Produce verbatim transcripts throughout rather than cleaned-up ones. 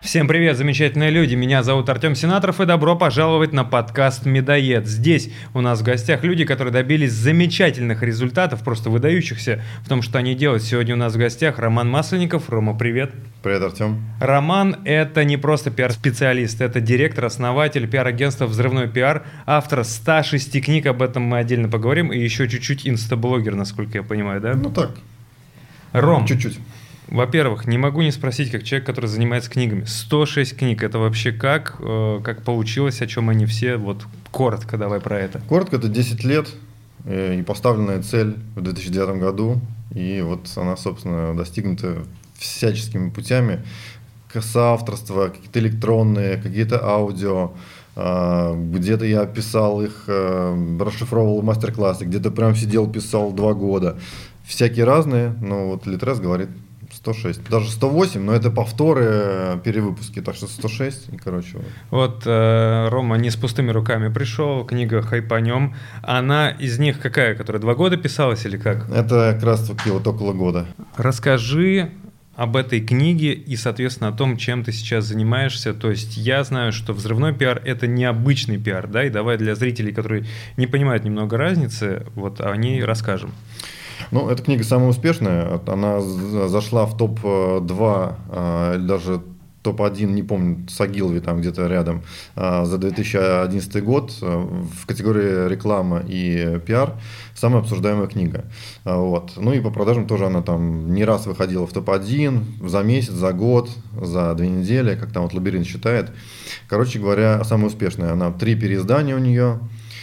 Всем привет, замечательные люди, меня зовут Артем Сенаторов и добро пожаловать на подкаст «Медоед». Здесь у нас в гостях люди, которые добились замечательных результатов, просто выдающихся в том, что они делают. Сегодня у нас в гостях Роман Масленников. Рома, привет. Привет, Артем. Роман – это не просто пиар-специалист, это директор, основатель пиар-агентства «Взрывной пиар», автор ста шести книг, об этом мы отдельно поговорим, и еще чуть-чуть инстаблогер, насколько я понимаю, да? Ну так, Ром, чуть-чуть. Во-первых, не могу не спросить, как человек, который занимается книгами. сто шесть книг, это вообще как? Э, как получилось, о чем они все? Вот коротко давай про это. Коротко, это десять лет и поставленная цель в две тысячи девятом году. И вот она, собственно, достигнута всяческими путями. Соавторство, какие-то электронные, какие-то аудио. Где-то я писал их, расшифровывал мастер-классы, где-то прям сидел, писал два года. Всякие разные, но вот Литрес говорит сто шесть, даже сто восемь, но это повторы, перевыпуски, так что сто шесть, и короче. Вот, вот э, Рома не с пустыми руками пришел, книга «Хайпанем». Она из них какая, которая два года писалась или как? Это как раз таки вот около года. Расскажи об этой книге и, соответственно, о том, чем ты сейчас занимаешься. То есть я знаю, что взрывной пиар – это необычный пиар, да, и давай для зрителей, которые не понимают немного разницы, вот о ней расскажем. Ну, эта книга самая успешная, она зашла в топ два, или даже топ один, не помню, с Агилви там где-то рядом, за две тысячи одиннадцатый год в категории реклама и пиар, самая обсуждаемая книга. Вот. Ну и по продажам тоже она там не раз выходила в топ один, за месяц, за год, за две недели, как там вот Лабиринт считает. Короче говоря, самая успешная. Она три переиздания у нее.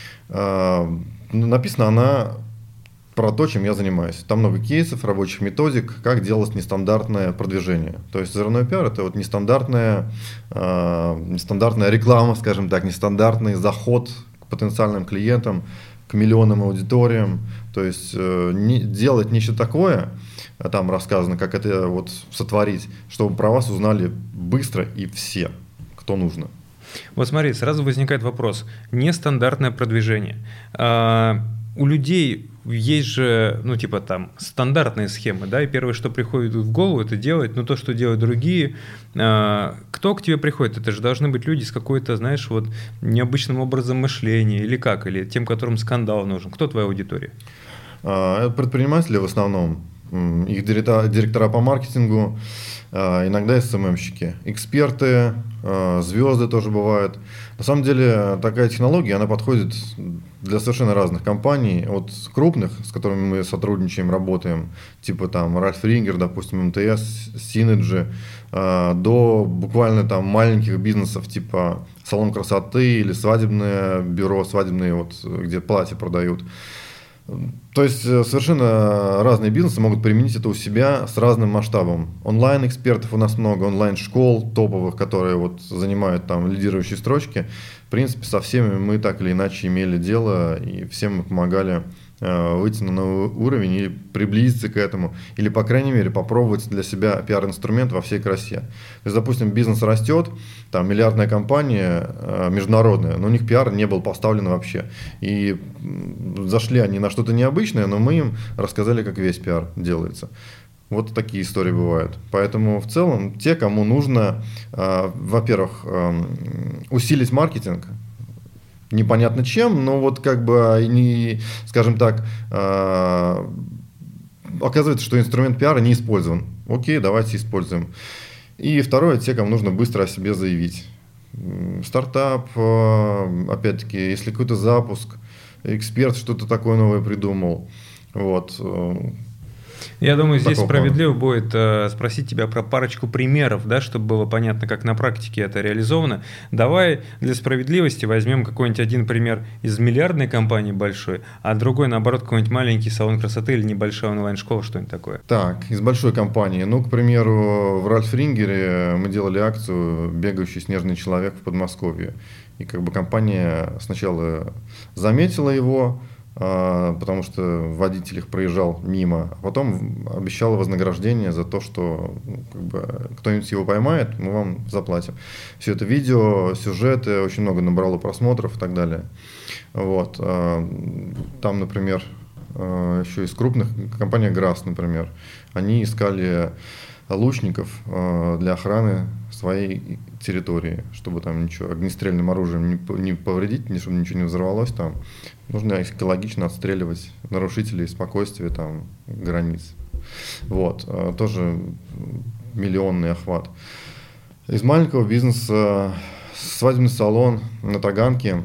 Написана она про то, чем я занимаюсь. Там много кейсов, рабочих методик, как делать нестандартное продвижение. То есть взрывной пиар – это вот нестандартная, э, нестандартная реклама, скажем так, нестандартный заход к потенциальным клиентам, к миллионным аудиториям. То есть э, не, делать нечто такое, там рассказано, как это вот сотворить, чтобы про вас узнали быстро и все, кто нужно. Вот смотри, сразу возникает вопрос. Нестандартное продвижение. А, у людей есть же, ну, типа там, стандартные схемы, да, и первое, что приходит в голову, это делать, ну, то, что делают другие. А, кто к тебе приходит? Это же должны быть люди с какой-то, знаешь, вот, необычным образом мышления, или как? Или тем, которым скандал нужен? Кто твоя аудитория? А, предприниматели в основном, их директора, директора по маркетингу, а, иногда эс эм эм-щики, эксперты, а, звезды тоже бывают. На самом деле такая технология, она подходит для совершенно разных компаний, от крупных, с которыми мы сотрудничаем, работаем, типа там Ральф Рингер, допустим, эм тэ эс, Synergy, до буквально там маленьких бизнесов, типа салон красоты или свадебное бюро, свадебные, вот, где платья продают. То есть совершенно разные бизнесы могут применить это у себя с разным масштабом. Онлайн-экспертов у нас много, онлайн-школ топовых, которые вот занимают там лидирующие строчки. В принципе, со всеми мы так или иначе имели дело, и всем мы помогали э, выйти на новый уровень или приблизиться к этому, или, по крайней мере, попробовать для себя пиар-инструмент во всей красе. То есть, допустим, бизнес растет, там миллиардная компания э, международная, но у них пиар не был поставлен вообще. И зашли они на что-то необычное, но мы им рассказали, как весь пиар делается. Вот такие истории бывают. Поэтому в целом те, кому нужно, э, во-первых, э, усилить маркетинг, непонятно чем, но вот как бы, не, скажем так, э, оказывается, что инструмент пиара не использован. Окей, давайте используем. И второе, те, кому нужно быстро о себе заявить. Стартап, э, опять-таки, если какой-то запуск, эксперт что-то такое новое придумал. Вот. Я думаю, здесь справедливо будет э, спросить тебя про парочку примеров, да, чтобы было понятно, как на практике это реализовано. Давай для справедливости возьмем какой-нибудь один пример из миллиардной компании большой, а другой, наоборот, какой-нибудь маленький салон красоты или небольшая онлайн-школа, что-нибудь такое. Так, из большой компании. Ну, к примеру, в Ральф Рингере мы делали акцию «Бегающий снежный человек» в Подмосковье. И как бы компания сначала заметила его, потому что водитель их проезжал мимо, а потом обещала вознаграждение за то, что как бы, кто-нибудь его поймает, мы вам заплатим. Все это видео, сюжеты, очень много набрало просмотров и так далее. Вот. Там, например, еще из крупных, компания ГРАС, например, они искали лучников для охраны своей территории, чтобы там ничего огнестрельным оружием не повредить, чтобы ничего не взорвалось там. Нужно экологично отстреливать нарушителей спокойствия там, границ. Вот, тоже миллионный охват. Из маленького бизнеса свадебный салон на Таганке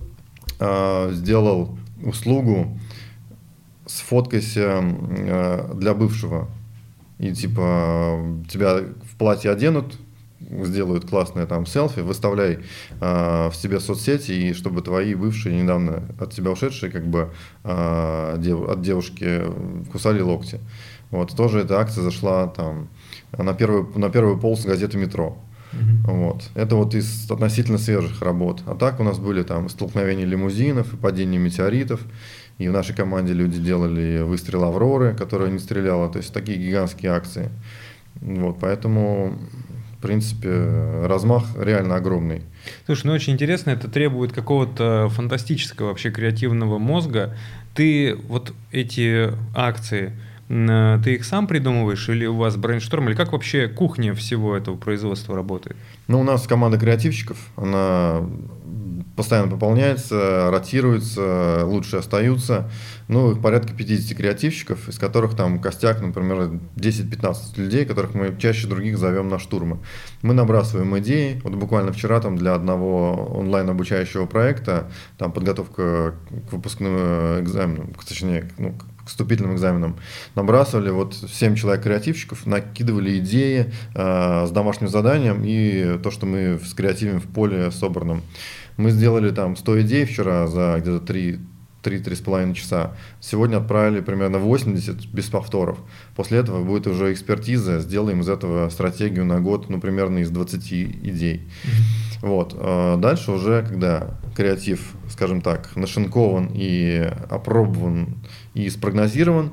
сделал услугу «Сфоткайся для бывшего». И типа тебя в платье оденут, сделают классное там селфи, выставляй э, в себе соцсети, и чтобы твои бывшие, недавно от тебя ушедшие, как бы э, дев, от девушки кусали локти. Вот, тоже эта акция зашла там на первую, на первую полосу газеты «Метро». Mm-hmm. Вот. Это вот из относительно свежих работ. А так у нас были там столкновения лимузинов и падение метеоритов. И в нашей команде люди делали выстрел «Авроры», которая не стреляла. То есть такие гигантские акции. Вот, поэтому, в принципе, размах реально огромный. Слушай, ну очень интересно, это требует какого-то фантастического вообще креативного мозга. Ты вот эти акции, ты их сам придумываешь или у вас брейншторм, или как вообще кухня всего этого производства работает? Ну, у нас команда креативщиков, она постоянно пополняется, ротируется, лучшие остаются. Ну, их порядка пятьдесят креативщиков, из которых там костяк, например, десять-пятнадцать людей, которых мы чаще других зовем на штурмы. Мы набрасываем идеи. Вот буквально вчера там для одного онлайн-обучающего проекта, там подготовка к выпускным экзаменам, точнее, ну, к вступительным экзаменам, набрасывали вот семь человек креативщиков, накидывали идеи э, с домашним заданием и то, что мы с креативом в поле собранном. Мы сделали там сто идей вчера за где-то три-три с половиной часа. Сегодня отправили примерно восемьдесят без повторов. После этого будет уже экспертиза, сделаем из этого стратегию на год, ну, примерно из двадцати идей. Mm-hmm. Вот. Дальше уже, когда креатив, скажем так, нашинкован и опробован и спрогнозирован,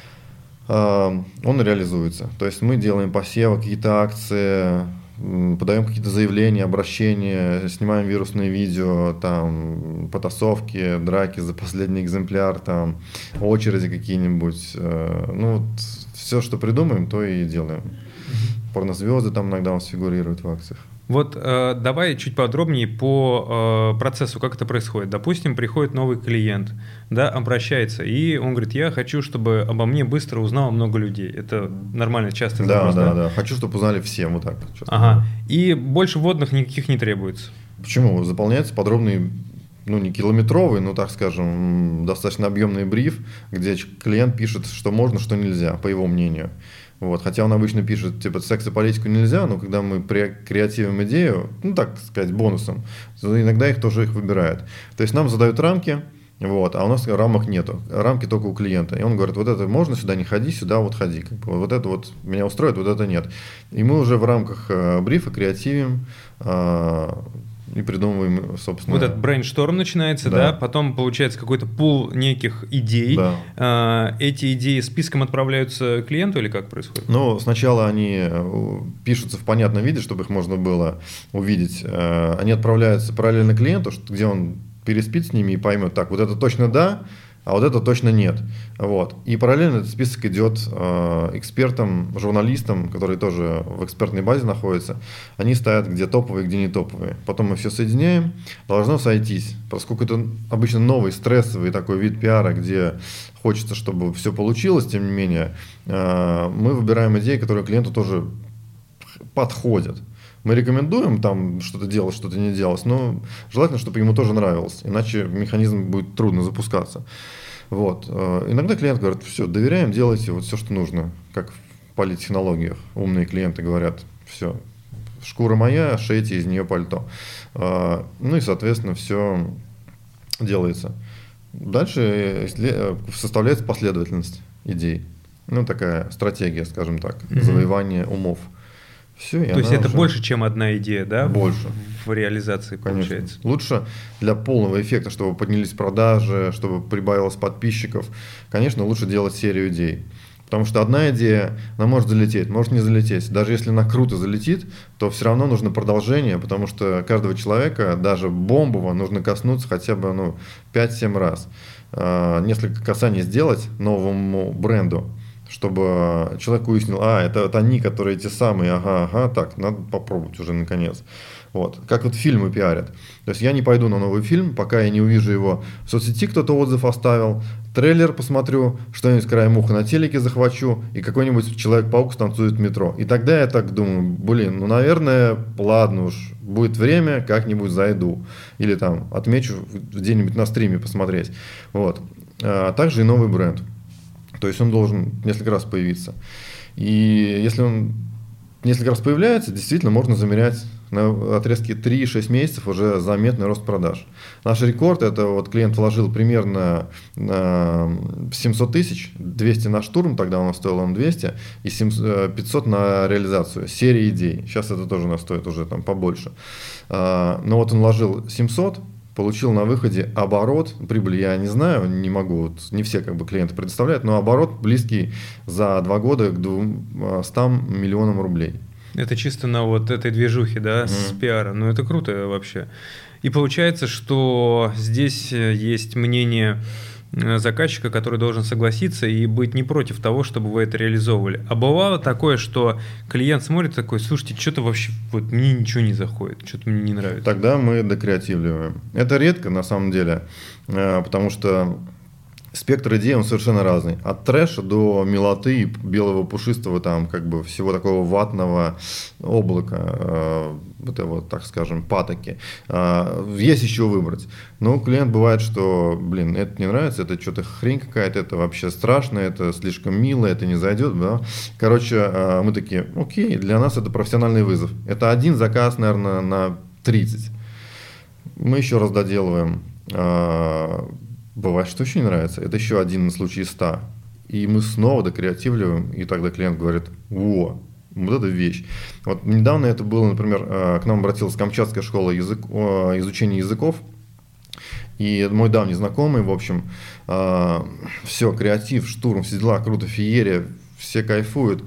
он реализуется. То есть мы делаем посевы, какие-то акции, подаем какие-то заявления, обращения, снимаем вирусные видео, там, потасовки, драки за последний экземпляр, там, очереди какие-нибудь. Ну, вот, все, что придумаем, то и делаем. Порнозвезды там иногда у нас фигурируют в акциях. Вот э, давай чуть подробнее по э, процессу, как это происходит. Допустим, приходит новый клиент, да, обращается, и он говорит, я хочу, чтобы обо мне быстро узнало много людей. Это нормально, часто запрос, да, да, да? да. Хочу, чтобы узнали все, вот так. Ага. И больше вводных никаких не требуется. Почему? Заполняется подробный, ну, не километровый, но, так скажем, достаточно объемный бриф, где клиент пишет, что можно, что нельзя, по его мнению. Вот, хотя он обычно пишет, типа, секс и политику нельзя, но когда мы креативим идею, ну, так сказать, бонусом, то иногда их тоже их выбирают. То есть нам задают рамки, вот, а у нас рамок нету, рамки только у клиента. И он говорит, вот это можно, сюда не ходи, сюда вот ходи. Как бы, вот это вот меня устроит, вот это нет. И мы уже в рамках э, брифа креативим, э, и придумываем, собственно... Вот этот брейншторм начинается, да, да? Потом получается какой-то пул неких идей. Да. А, эти идеи списком отправляются клиенту или как происходит? Ну, сначала они пишутся в понятном виде, чтобы их можно было увидеть. Они отправляются параллельно клиенту, где он переспит с ними и поймет, так, вот это точно да, а вот это точно нет. Вот. И параллельно этот список идет э, экспертам, журналистам, которые тоже в экспертной базе находятся. Они ставят, где топовые, где не топовые. Потом мы все соединяем. Должно сойтись. Поскольку это обычно новый, стрессовый такой вид пиара, где хочется, чтобы все получилось, тем не менее, э, мы выбираем идеи, которые клиенту тоже подходят. Мы рекомендуем там что-то делать, что-то не делать, но желательно, чтобы ему тоже нравилось, иначе механизм будет трудно запускаться. Вот. Иногда клиент говорит, все, доверяем, делайте вот все, что нужно, как в политтехнологиях. Умные клиенты говорят, все, шкура моя, шейте из нее пальто. Ну и, соответственно, все делается. Дальше составляется последовательность идей. Ну, такая стратегия, скажем так, mm-hmm. завоевание умов. Все, То есть это уже... больше, чем одна идея, да? Больше. В реализации, конечно, получается. Лучше для полного эффекта, чтобы поднялись продажи, чтобы прибавилось подписчиков. Конечно, лучше делать серию идей. Потому что одна идея, она может залететь, может не залететь. Даже если она круто залетит, то все равно нужно продолжение, потому что каждого человека, даже бомбово, нужно коснуться хотя бы ну, пять-семь раз. э, несколько касаний сделать новому бренду, чтобы человек уяснил, а, это вот они, которые те самые, ага, ага, так, надо попробовать уже наконец. Вот. Как вот фильмы пиарят. То есть я не пойду на новый фильм, пока я не увижу его в соцсети, кто-то отзыв оставил, трейлер посмотрю, что-нибудь краем уха на телеке захвачу, и какой-нибудь Человек-паук станцует в метро. И тогда я так думаю, блин, ну, наверное, ладно уж, будет время, как-нибудь зайду. Или там отмечу где-нибудь на стриме посмотреть. Вот. А также и новый бренд. То есть он должен несколько раз появиться. И если он несколько раз появляется, действительно можно замерять на отрезке три-шесть месяцев уже заметный рост продаж. Наш рекорд, это вот клиент вложил примерно семьсот тысяч, двести на штурм, тогда у нас стоило он двести, и пятьсот на реализацию серии идей. Сейчас это тоже у нас стоит уже там побольше. Но вот он вложил семьсот, получил на выходе оборот, прибыль я не знаю, не могу, вот не все как бы клиенты предоставляют, но оборот близкий за два года к двумстам миллионам рублей. Это чисто на вот этой движухе, да, Mm-hmm. с пиара. Ну, это круто вообще. И получается, что здесь есть мнение заказчика, который должен согласиться и быть не против того, чтобы вы это реализовывали. А бывало такое, что клиент смотрит такой, слушайте, что-то вообще, вот мне ничего не заходит, что-то мне не нравится. Тогда мы докреативливаем. Это редко на самом деле, потому что спектр идей, он совершенно разный. От трэша до милоты, белого пушистого, там, как бы всего такого ватного облака, э, вот вот, так скажем, патоки. Э, есть еще выбрать. Но клиент бывает, что, блин, это не нравится, это что-то хрень какая-то, это вообще страшно, это слишком мило, это не зайдет. Да? Короче, э, мы такие, окей, для нас это профессиональный вызов. Это один заказ, наверное, на тридцать. Мы еще раз доделываем. Э, Бывает, что очень нравится. Это еще один на случай из ста. И мы снова докреативливаем, и тогда клиент говорит, о, вот эта вещь. Вот недавно это было, например, к нам обратилась Камчатская школа язык, изучения языков. И мой давний знакомый, в общем, все, креатив, штурм, все дела, круто, феерия, все кайфуют.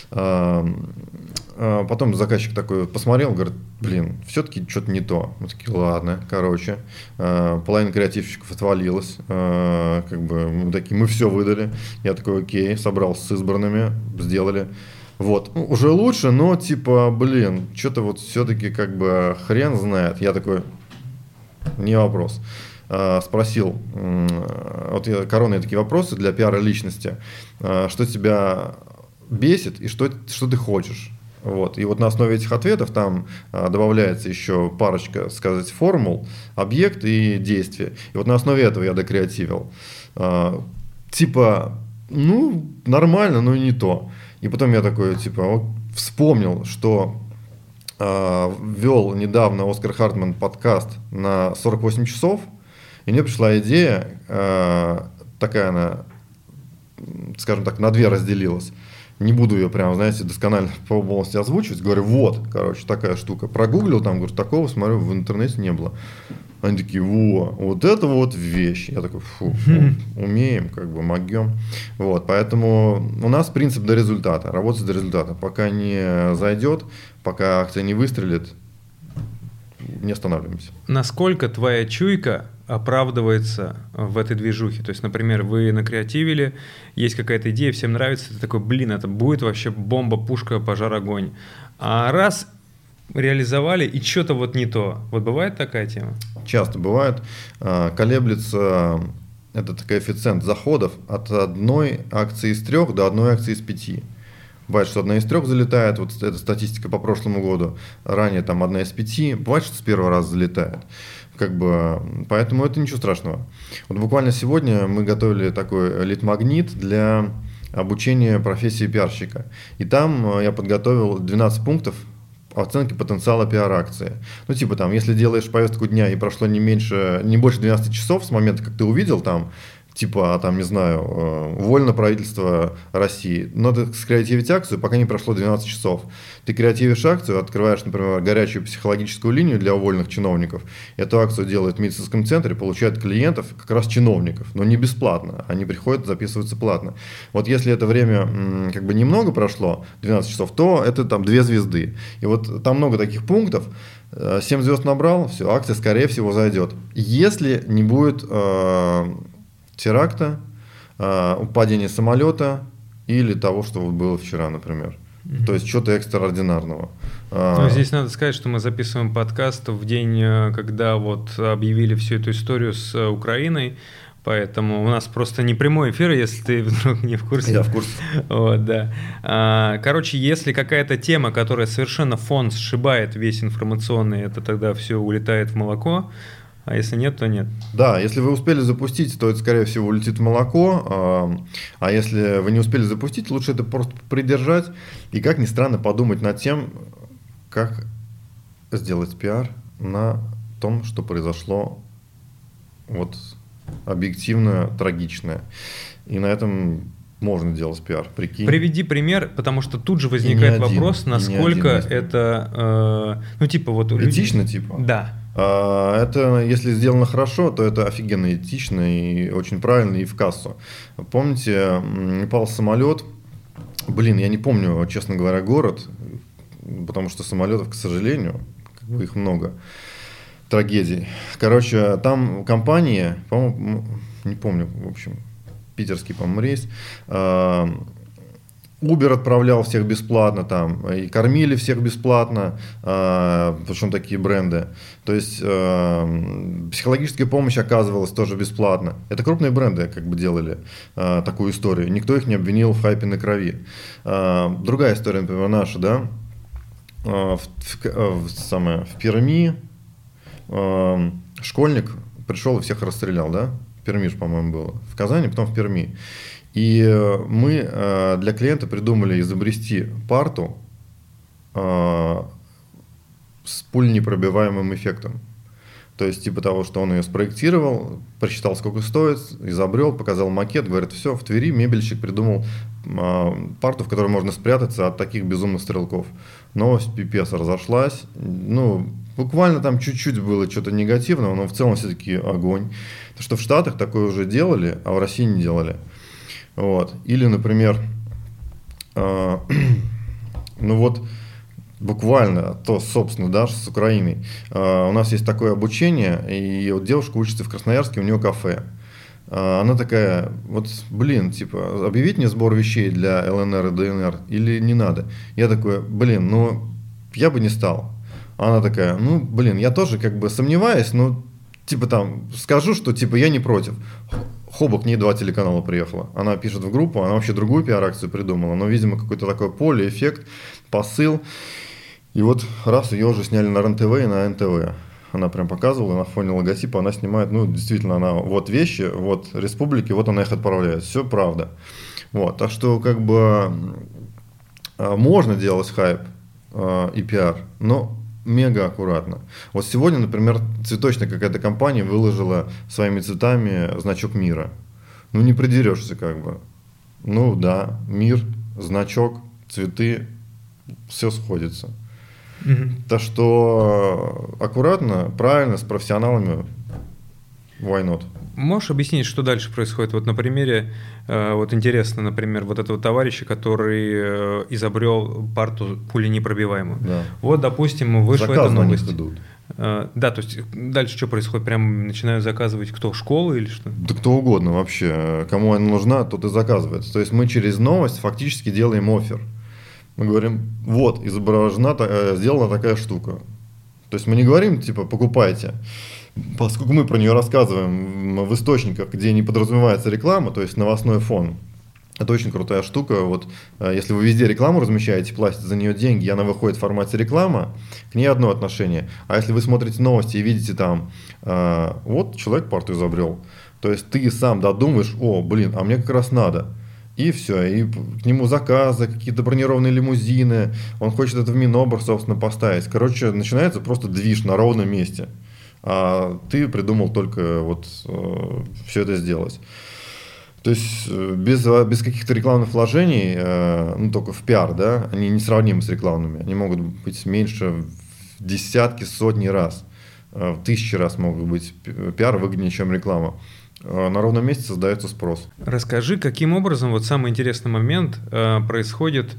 Потом заказчик такой посмотрел, говорит, блин, все-таки что-то не то. Мы такие, ладно, короче, половина креативщиков отвалилась, как бы мы такие, мы все выдали. Я такой, окей, собрался с избранными, сделали. Вот, ну, уже лучше, но типа, блин, что-то вот все-таки как бы хрен знает. Я такой, не вопрос. Спросил, вот коронные такие вопросы для пиара личности, что тебя бесит и что, что ты хочешь. Вот. И вот на основе этих ответов там а, добавляется еще парочка, сказать, формул, объект и действие. И вот на основе этого я докреативил. А, типа, ну, нормально, но не то. И потом я такой, типа, вспомнил, что а, вел недавно Оскар Хартман подкаст на сорок восемь часов, и мне пришла идея, а, такая она, скажем так, на две разделилась. Не буду ее прям, знаете, досконально полностью озвучивать. Говорю, вот, короче, такая штука. Прогуглил, там, говорю, такого, смотрю, в интернете не было. Они такие, во, вот это вот вещь. Я такой, фу, вот, умеем, как бы, могем. Вот, поэтому у нас принцип до результата, работать до результата. Пока не зайдет, пока акция не выстрелит, не останавливаемся. Насколько твоя чуйка оправдывается в этой движухе? То есть, например, вы накреативили, есть какая-то идея, всем нравится, ты такой, блин, это будет вообще бомба, пушка, пожар, огонь. А раз реализовали, и что-то вот не то. Вот бывает такая тема? Часто бывает. Колеблется этот коэффициент заходов от одной акции из трех до одной акции из пяти. Бывает, что одна из трех залетает, вот эта статистика по прошлому году, ранее там одна из пяти, бывает, что с первого раза залетает. Как бы, поэтому это ничего страшного. Вот буквально сегодня мы готовили такой лид-магнит для обучения профессии пиарщика. И там я подготовил двенадцать пунктов оценки потенциала пиар-акции. Ну, типа там, если делаешь повестку дня и прошло не меньше, не больше двенадцати часов с момента, как ты увидел там, типа, там, не знаю, уволено правительство России. Надо скреативить акцию, пока не прошло двенадцать часов. Ты креативишь акцию, открываешь, например, горячую психологическую линию для уволенных чиновников. Эту акцию делают в медицинском центре, получают клиентов, как раз чиновников, но не бесплатно. Они приходят, записываются платно. Вот если это время как бы немного прошло, двенадцать часов, то это там две звезды. И вот там много таких пунктов. семь звезд набрал, все, акция, скорее всего, зайдет. Если не будет... теракта, падения самолета или того, что вот было вчера, например. Mm-hmm. То есть что-то экстраординарного. Ну, здесь надо сказать, что мы записываем подкаст в день, когда вот объявили всю эту историю с Украиной, поэтому у нас просто не прямой эфир, если ты вдруг не в курсе. Я в курсе. Вот, да. Короче, если какая-то тема, которая совершенно фон сшибает весь информационный, это тогда все улетает в молоко. А если нет, то нет. Да, если вы успели запустить, то это, скорее всего, улетит в молоко. А если вы не успели запустить, лучше это просто придержать и, как ни странно, подумать над тем, как сделать пиар на том, что произошло вот объективно трагичное. И на этом можно делать пиар, прикинь. Приведи пример, потому что тут же возникает вопрос, один, насколько это, э, ну типа вот... Этично, люди... типа? Да. Это, если сделано хорошо, то это офигенно этично и очень правильно, и в кассу. Помните, упал самолет, блин, я не помню, честно говоря, город, потому что самолетов, к сожалению, как бы их много, трагедий. Короче, там компания, по-моему, не помню, в общем, питерский, по-моему, рейс, Uber отправлял всех бесплатно там, и кормили всех бесплатно, э, причем такие бренды. То есть э, психологическая помощь оказывалась тоже бесплатно. Это крупные бренды как бы делали э, такую историю. Никто их не обвинил в хайпе на крови. Э, другая история, например, наша, да, э, в, в, в, самое, в Перми э, школьник пришел и всех расстрелял, да? В Перми же, по-моему, было. В Казани, потом в Перми. И мы для клиента придумали изобрести парту с пуленепробиваемым эффектом. То есть типа того, что он ее спроектировал, просчитал, сколько стоит, изобрел, показал макет, говорит, все, в Твери мебельщик придумал парту, в которой можно спрятаться от таких безумных стрелков. Новость пипец разошлась. Ну, буквально там чуть-чуть было что-то негативного, но в целом все-таки огонь. Потому что в Штатах такое уже делали, а в России не делали. Вот. Или, например, э, ну вот буквально то, собственно, да, с Украиной. Э, у нас есть такое обучение, и вот девушка учится в Красноярске, у нее кафе. Э, она такая, вот, блин, типа, объявить мне сбор вещей для ЛНР и ДНР или не надо? Я такой, блин, ну, я бы не стал. Она такая, ну, блин, я тоже как бы сомневаюсь, но, типа, там, скажу, что, типа, я не против. Хоба, к ней два телеканала приехала. Она пишет в группу, она вообще другую пиар-акцию придумала, но, видимо, какое-то такое поле, эффект, посыл. И вот раз ее уже сняли на РЕН-ТВ и на эн тэ вэ. Она прям показывала на фоне логотипа, она снимает, ну, действительно, она вот вещи, вот республики, вот она их отправляет. Все правда. Вот, так что, как бы, можно делать хайп и пиар, но мега аккуратно. Вот сегодня, например, цветочная какая-то компания выложила своими цветами значок мира. Ну, не придерешься как бы. Ну, да, мир, значок, цветы, все сходится. Mm-hmm. Так что аккуратно, правильно, с профессионалами, why not? Можешь объяснить, что дальше происходит? Вот на примере, вот интересно, например, вот этого товарища, который изобрел парту пуленепробиваемую. Да. Вот, допустим, вышла эта новость. Да, то есть дальше что происходит? Прям начинают заказывать кто? Школы или что? Да кто угодно вообще. Кому она нужна, тот и заказывает. То есть мы через новость фактически делаем оффер. Мы говорим, вот, изображена, сделана такая штука. То есть мы не говорим, типа, покупайте. Поскольку мы про нее рассказываем в источниках, где не подразумевается реклама, то есть новостной фон, это очень крутая штука. Вот, если вы везде рекламу размещаете, платите за нее деньги, и она выходит в формате реклама, к ней одно отношение. А если вы смотрите новости и видите там, э, вот человек парту изобрел, то есть ты сам додумаешь, о, блин, а мне как раз надо. И все, и к нему заказы, какие-то бронированные лимузины, он хочет это в Минобр, собственно, поставить. Короче, начинается просто движ на ровном месте. А ты придумал только вот э, все это сделать. То есть без, без каких-то рекламных вложений, э, ну только в пиар, да, они несравнимы с рекламными. Они могут быть меньше в десятки, сотни раз, э, в тысячи раз могут быть пиар выгоднее, чем реклама. Э, на ровном месте создается спрос. Расскажи, каким образом, вот самый интересный момент, э, происходит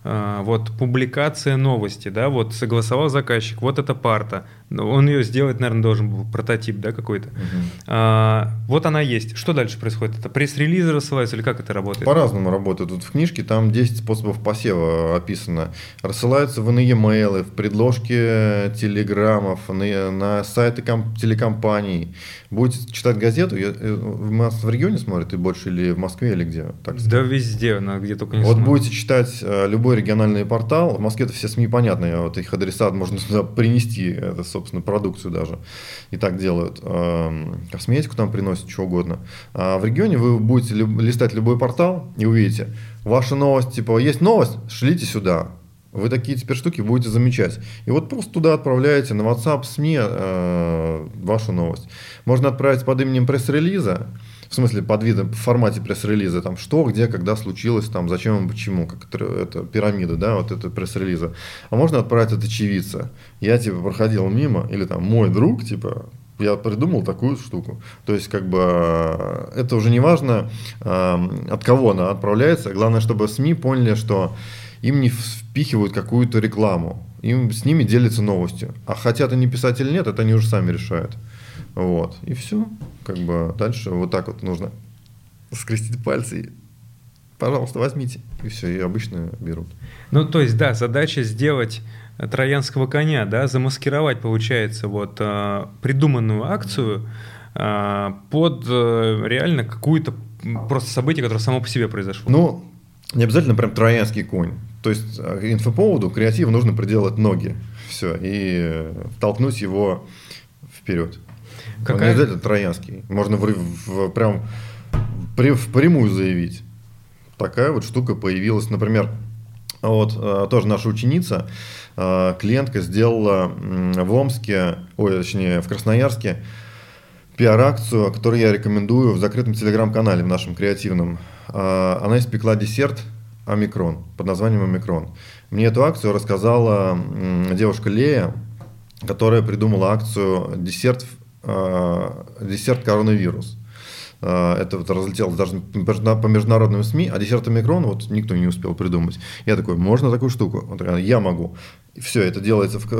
вот публикация новости, да, вот согласовал заказчик, вот эта парта, он ее сделать, наверное, должен был, прототип, да, какой-то. Uh-huh. А, вот она есть. Что дальше происходит? Это пресс-релизы рассылаются или как это работает? По-разному работает. Тут в книжке там десять способов посева описано. Рассылаются в e-mail, в предложки телеграммов, на, на сайты ком- телекомпаний. Будете читать газету, я, вас в регионе смотрят и больше, или в Москве, или где? Так, да везде, на где только не Вот смотрят. будете читать любой региональный портал, в Москве-то все СМИ понятные, вот их адресат можно сюда принести, это, собственно, продукцию даже, и так делают. Косметику там приносят, что угодно. А в регионе вы будете листать любой портал и увидите, ваша новость, типа, есть новость, шлите сюда. Вы такие теперь штуки будете замечать. И вот просто туда отправляете на WhatsApp, СМИ э, вашу новость. Можно отправить под именем пресс-релиза, в смысле под видом, в формате пресс-релиза, там что, где, когда случилось, там зачем и почему, как это, это пирамида, да, вот это пресс-релиза. А можно отправить от очевидца. Я типа проходил мимо, или там мой друг, типа, я придумал такую штуку. То есть, как бы, это уже не важно, э, от кого она отправляется. Главное, чтобы СМИ поняли, что им не впихивают какую-то рекламу, им с ними делятся новостью. А хотят они писать или нет, это они уже сами решают. Вот. И все. Как бы дальше вот так вот нужно скрестить пальцы и, пожалуйста, возьмите. И все, и обычно берут. Ну, то есть, да, задача сделать троянского коня, да, замаскировать, получается, вот придуманную акцию под реально какую-то просто событие, которое само по себе произошло. Ну, не обязательно прям троянский конь. То есть инфоповоду, креативу нужно приделать ноги. Все. И толкнуть его вперед. Какая... Не обязательно троянский. Можно в, в, прям при, впрямую заявить. Такая вот штука появилась. Например, вот тоже наша ученица, клиентка сделала в Омске, ой, точнее в Красноярске пиар-акцию, которую я рекомендую в закрытом телеграм-канале в нашем креативном. Она испекла десерт омикрон, под названием омикрон. Мне эту акцию рассказала девушка Лея, которая придумала акцию десерт, десерт коронавирус. Это вот разлетелось даже по международным СМИ, а десерт омикрон вот никто не успел придумать. Я такой, можно такую штуку? Он такой, я могу. И все, это делается в,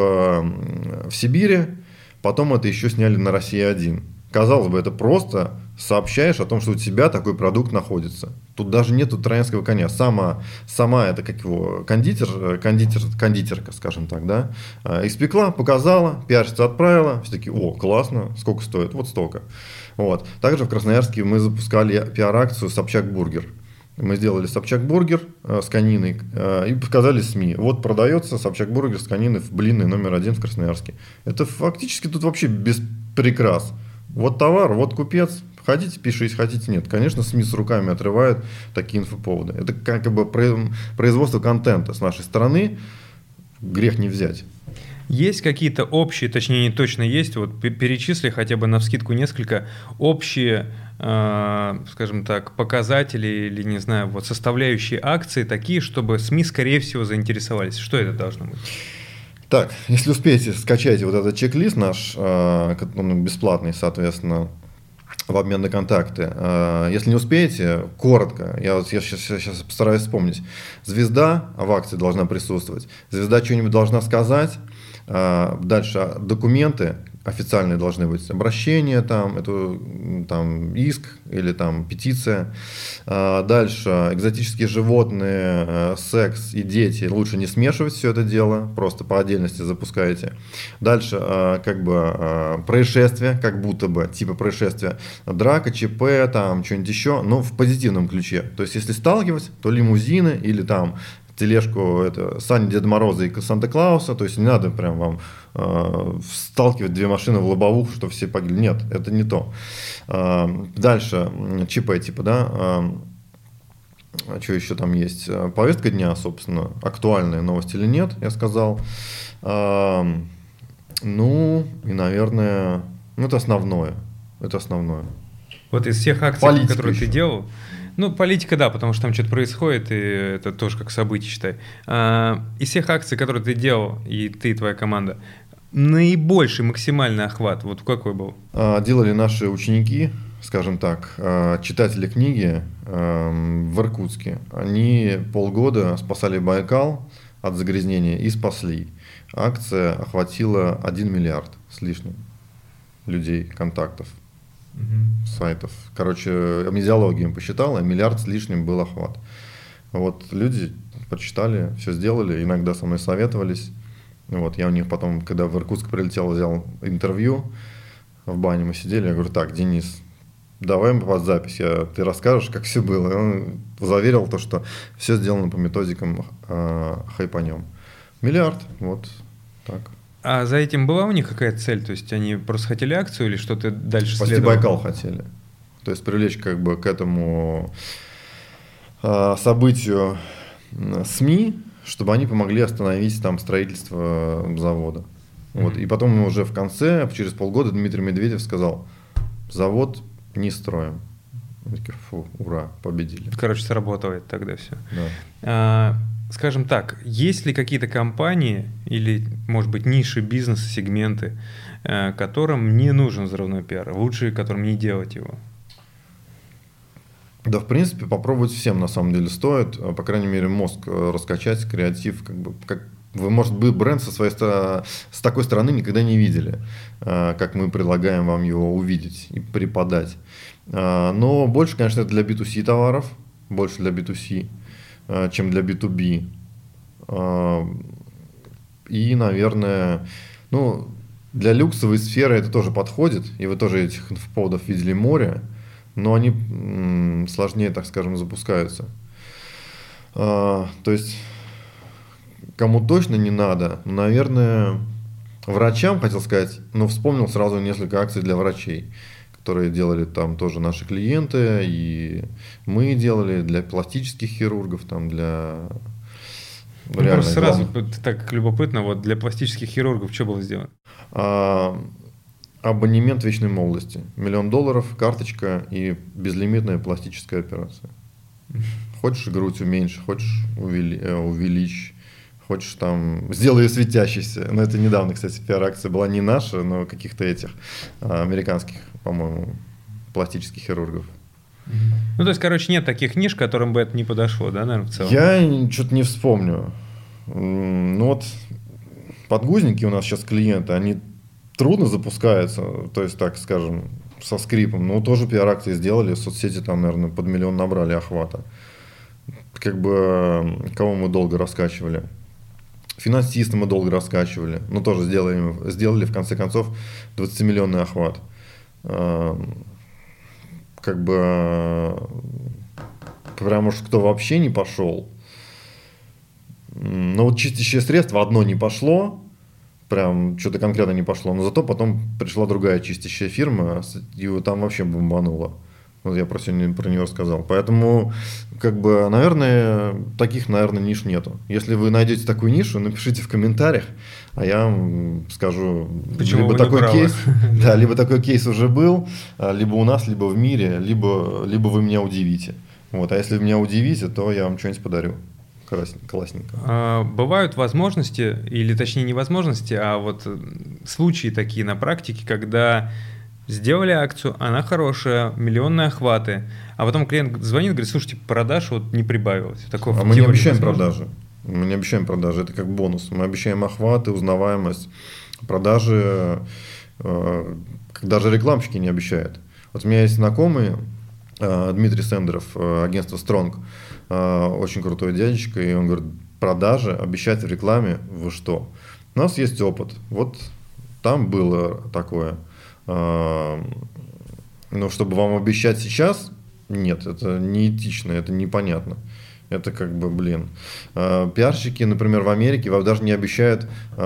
в, в Сибири, потом это еще сняли на Россия один. Казалось бы, это просто сообщаешь о том, что у тебя такой продукт находится. Тут даже нету троянского коня. Сама, сама это как его, кондитер, кондитер, кондитерка, скажем так, да, испекла, показала, пиарщица отправила, все такие, о, классно, сколько стоит? Вот столько. Вот. Также в Красноярске мы запускали пиар-акцию «Собчак-бургер». Мы сделали Собчак-бургер э, с кониной э, и показали СМИ. Вот продается Собчак-бургер с кониной в блинной номер один в Красноярске. Это фактически тут вообще без прикрас. Вот товар, вот купец. Хотите, пишите, хотите, нет. Конечно, СМИ с руками отрывают такие инфоповоды. Это как бы производство контента с нашей стороны. Грех не взять. Есть какие-то общие, точнее не точно есть, вот перечисли хотя бы навскидку несколько общие, э, скажем так, показатели или, не знаю, вот составляющие акции такие, чтобы СМИ, скорее всего, заинтересовались. Что это должно быть? Так, если успеете, скачайте вот этот чек-лист наш, э, он бесплатный, соответственно, в обмен на контакты. Э, если не успеете, коротко, я, вот, я сейчас, сейчас постараюсь вспомнить. Звезда в акции должна присутствовать, звезда что-нибудь должна сказать. Дальше документы официальные должны быть, обращение, там, это, там, иск или там, петиция. Дальше экзотические животные, секс и дети. Лучше не смешивать все это дело, просто по отдельности запускаете. Дальше как бы происшествие, как будто бы, типа происшествия, драка, ЧП, там, что-нибудь еще, но в позитивном ключе. То есть если сталкивать, то лимузины или там тележку это, сани Деда Мороза и Санта-Клауса, то есть не надо прям вам э, сталкивать две машины в лобовуху, что все погибли. Нет, это не то. Э, дальше, ЧП типа, да, э, что еще там есть? Повестка дня, собственно, актуальные новости или нет, я сказал. Э, ну, и, наверное, ну, это основное. Это основное. Вот из всех акций, Политика которые еще. Ты делал, ну, политика, да, потому что там что-то происходит, и это тоже как событие, считай. А, из всех акций, которые ты делал, и ты, и твоя команда, наибольший максимальный охват, вот какой был? А, делали наши ученики скажем так, читатели книги в Иркутске, они полгода спасали Байкал от загрязнения и спасли. Акция охватила один миллиард с лишним людей, контактов, угу. сайтов. Короче, медиалогия им посчитала, миллиард с лишним был охват. Вот люди почитали, все сделали, иногда со мной советовались. Вот, я у них потом, когда в Иркутск прилетел, взял интервью, в бане мы сидели, я говорю, так, Денис, давай мы под запись, я, ты расскажешь, как все было. И он заверил то, что все сделано по методикам э, хайпанем. Миллиард, вот так. А за этим была у них какая-то цель? То есть они просто хотели акцию или что-то дальше Спасти следовало? Байкал хотели. То есть привлечь как бы к этому э, событию СМИ, чтобы они помогли остановить там строительство завода. Mm-hmm. Вот. И потом уже в конце, через полгода Дмитрий Медведев сказал, завод не строим. Фу, ура, победили. Короче, сработает тогда все. Да. А, скажем так, есть ли какие-то компании или, может быть, ниши бизнеса, сегменты, которым не нужен взрывной пиар, лучше которым не делать его? Да, в принципе, попробовать всем на самом деле стоит, по крайней мере, мозг раскачать, креатив, как бы, как вы, может быть, бренд со своей стороны, с такой стороны никогда не видели, как мы предлагаем вам его увидеть и преподать. Но больше, конечно, это для би ту си товаров, больше для би ту си, чем для би ту би. И, наверное, ну, для люксовой сферы это тоже подходит, и вы тоже этих инфоповодов видели море, но они м, сложнее, так скажем, запускаются. А, то есть, кому точно не надо, наверное, врачам, хотел сказать, но вспомнил сразу несколько акций для врачей, которые делали там тоже наши клиенты, и мы делали для пластических хирургов, там для... Ну, просто сразу, так любопытно, вот для пластических хирургов что было сделано? А, абонемент вечной молодости. Миллион долларов, карточка и безлимитная пластическая операция. Хочешь грудь уменьши, хочешь увели, увеличь, хочешь там, сделай ее светящейся. Но это недавно, кстати, пиар-акция была не наша, но каких-то этих а, американских, по-моему, пластических хирургов. Ну, то есть, короче, нет таких ниш, которым бы это не подошло, да, наверное, в целом? Я что-то не вспомню. Ну вот подгузники у нас сейчас клиенты, они трудно запускаются, то есть, так скажем, со скрипом. Но тоже пиар-акции сделали, соцсети там, наверное, под миллион набрали охвата. Как бы, кого мы долго раскачивали. Финансиста мы долго раскачивали, но тоже сделали, сделали в конце концов двадцатимиллионный охват. Как бы, прям уж кто вообще не пошел. Но вот чистящее средство одно не пошло, прям что-то конкретно не пошло, но зато потом пришла другая чистящая фирма, и там вообще бомбануло. Вот я про сегодня про нее рассказал. Поэтому, как бы, наверное, таких, наверное, ниш нету. Если вы найдете такую нишу, напишите в комментариях, а я вам скажу, почему либо такой кейс, да, либо такой кейс уже был, либо у нас, либо в мире, либо, либо вы меня удивите. Вот, а если вы меня удивите, то я вам что-нибудь подарю. Классненько. А, бывают возможности, или точнее не возможности, а вот случаи такие на практике, когда сделали акцию, она хорошая, миллионные охваты, а потом клиент звонит, говорит, слушайте, продаж вот не прибавилось. Такого а мы не обещаем возможно? продажи. Мы не обещаем продажи, это как бонус. Мы обещаем охваты, узнаваемость. Продажи э, даже рекламщики не обещают. Вот у меня есть знакомый, э, Дмитрий Сендеров, э, агентство Strong, э, очень крутой дядечка, и он говорит, продажи обещать в рекламе, вы что? У нас есть опыт. Вот там было такое. Но чтобы вам обещать сейчас, нет, это неэтично, это непонятно. Это как бы, блин. Пиарщики, например, в Америке вам даже не обещают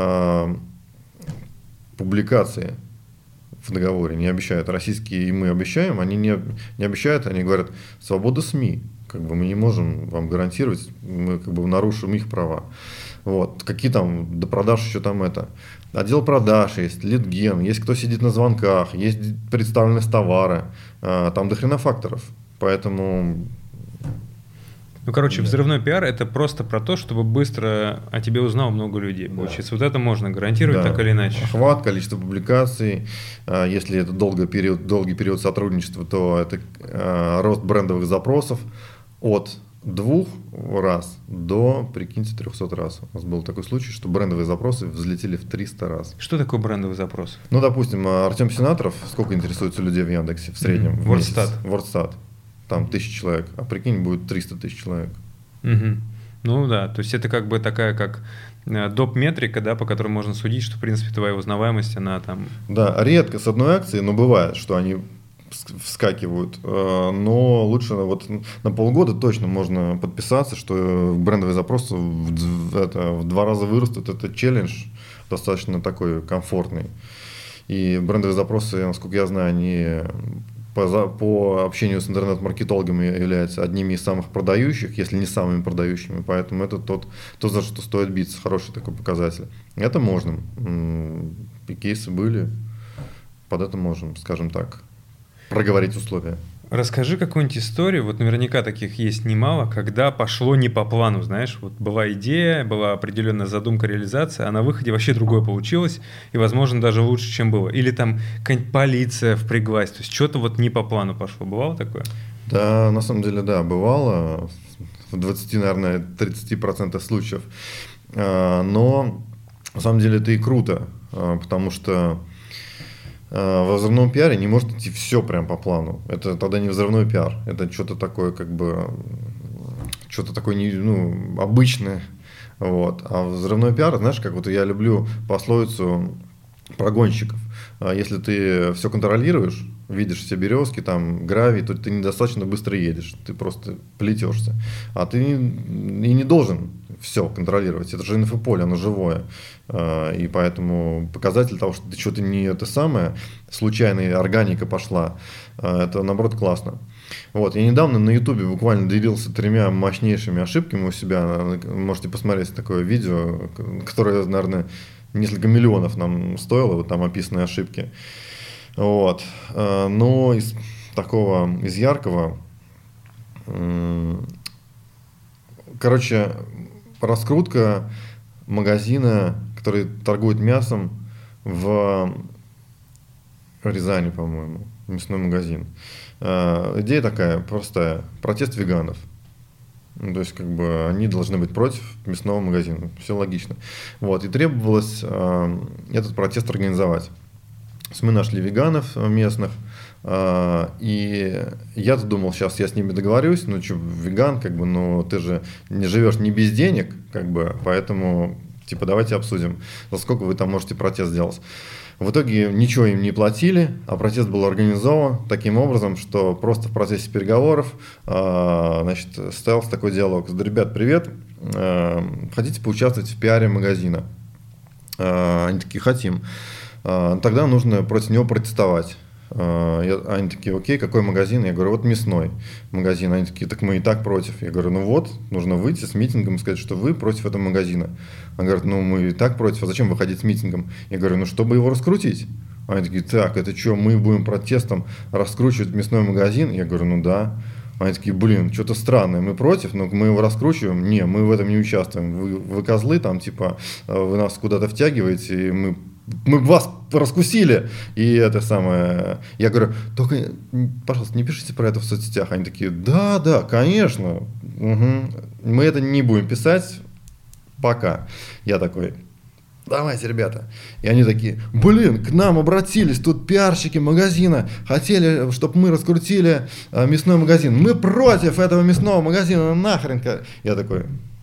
публикации в договоре, не обещают. Российские и мы обещаем, они не, не обещают, они говорят, свобода СМИ. Как бы мы не можем вам гарантировать, мы как бы нарушим их права. Вот. Какие там до продаж еще там это. Отдел продаж есть, лидген, есть кто сидит на звонках, есть представленность товара. Там до хрена факторов. Поэтому Ну, короче, Да. взрывной пиар – это просто про то, чтобы быстро о тебе узнало много людей, Да. получается. Вот это можно гарантировать Да. так или иначе. Охват, количество публикаций. А, Если это долгий период, долгий период сотрудничества, то это а, рост брендовых запросов от двух раз до, прикиньте, трехсот раз. У нас был такой случай, что брендовые запросы взлетели в триста раз. Что такое брендовый запрос? Ну, допустим, Артем Сенаторов, сколько интересуется людей в Яндексе в среднем? Мгм. в месяц? Вордстат. Вордстат. Там тысяча человек, а прикинь, будет триста тысяч человек. Угу. Ну да, то есть это как бы такая как э, доп-метрика, да, по которой можно судить, что, в принципе, твоя узнаваемость, она там… Да, редко с одной акции, но бывает, что они вс- вскакивают. Э, Но лучше вот на полгода точно можно подписаться, что брендовые запросы в, д- это, в два раза вырастут. Это челлендж достаточно такой комфортный. И брендовые запросы, насколько я знаю, они по, за- по общению с интернет-маркетологами являются одними из самых продающих, если не самыми продающими. Поэтому это тот, то, за что стоит биться. Хороший такой показатель. Это можно. М, И кейсы были. Под это можем, скажем так, проговорить условия. Расскажи какую-нибудь историю, вот наверняка таких есть немало, когда пошло не по плану, знаешь, вот была идея, была определенная задумка, реализация, а на выходе вообще другое получилось, и, возможно, даже лучше, чем было. Или там какая-нибудь полиция впряглась, то есть что-то вот не по плану пошло. Бывало такое? Да, на самом деле, да, бывало в двадцати, наверное, тридцати процентах случаев. А, Но на самом деле это и круто, а, потому что а, во взрывном пиаре не может идти все прям по плану. Это тогда не взрывной пиар, это что-то такое, как бы, что-то такое не, ну, обычное. Вот. А взрывной пиар, знаешь, как вот я люблю пословицу про гонщиков. А Если ты все контролируешь, видишь все березки, там гравий, то ты недостаточно быстро едешь, ты просто плетешься. А ты и не должен все контролировать. Это же инфополе, оно живое. А, И поэтому показатель того, что ты что-то не это самое, случайная органика пошла, а, это наоборот классно. Вот, я недавно на Ютубе буквально делился тремя мощнейшими ошибками у себя. Можете посмотреть такое видео, которое, наверное, несколько миллионов нам стоило, вот там описаны ошибки. Вот. Э, Но из такого, из яркого, м, короче, раскрутка магазина, который торгует мясом в Рязани, по-моему, мясной магазин. Э, Идея такая простая: протест веганов. Ну, то есть, как бы они должны быть против мясного магазина. Все логично. Вот. И требовалось э, этот протест организовать. То есть мы нашли веганов местных. э, И я-то думал, сейчас я с ними договорюсь. Ну, что, веган, как бы, ну, ты же не живешь не без денег, как бы, поэтому, типа, давайте обсудим, за сколько вы там можете протест сделать. В итоге ничего им не платили, а протест был организован таким образом, что просто в процессе переговоров э, значит, состоялся такой диалог. Ребят, привет, э, хотите поучаствовать в пиаре магазина? Э, Они такие, хотим. Э, Тогда нужно против него протестовать. Э, я- Они такие, окей, какой магазин? Я говорю, вот мясной магазин. Они такие, так мы и так против. Я говорю, ну вот, нужно выйти с митингом и сказать, что вы против этого магазина. Они говорят, ну мы и так против, а зачем выходить с митингом? Я говорю, ну чтобы его раскрутить. Они такие, так, это что, мы будем протестом раскручивать мясной магазин? Я говорю, ну да. Они такие, блин, что-то странное, мы против, но мы его раскручиваем. Не, мы в этом не участвуем. Вы, вы козлы, там, типа, вы нас куда-то втягиваете, и мы, мы вас раскусили. И это самое... Я говорю, только, пожалуйста, не пишите про это в соцсетях. Они такие, да, да, конечно. Угу. Мы это не будем писать. Пока. Я такой, давайте, ребята. И они такие, блин, к нам обратились тут пиарщики магазина, хотели, чтобы мы раскрутили э, мясной магазин. Мы против этого мясного магазина, нахрен. Я такой,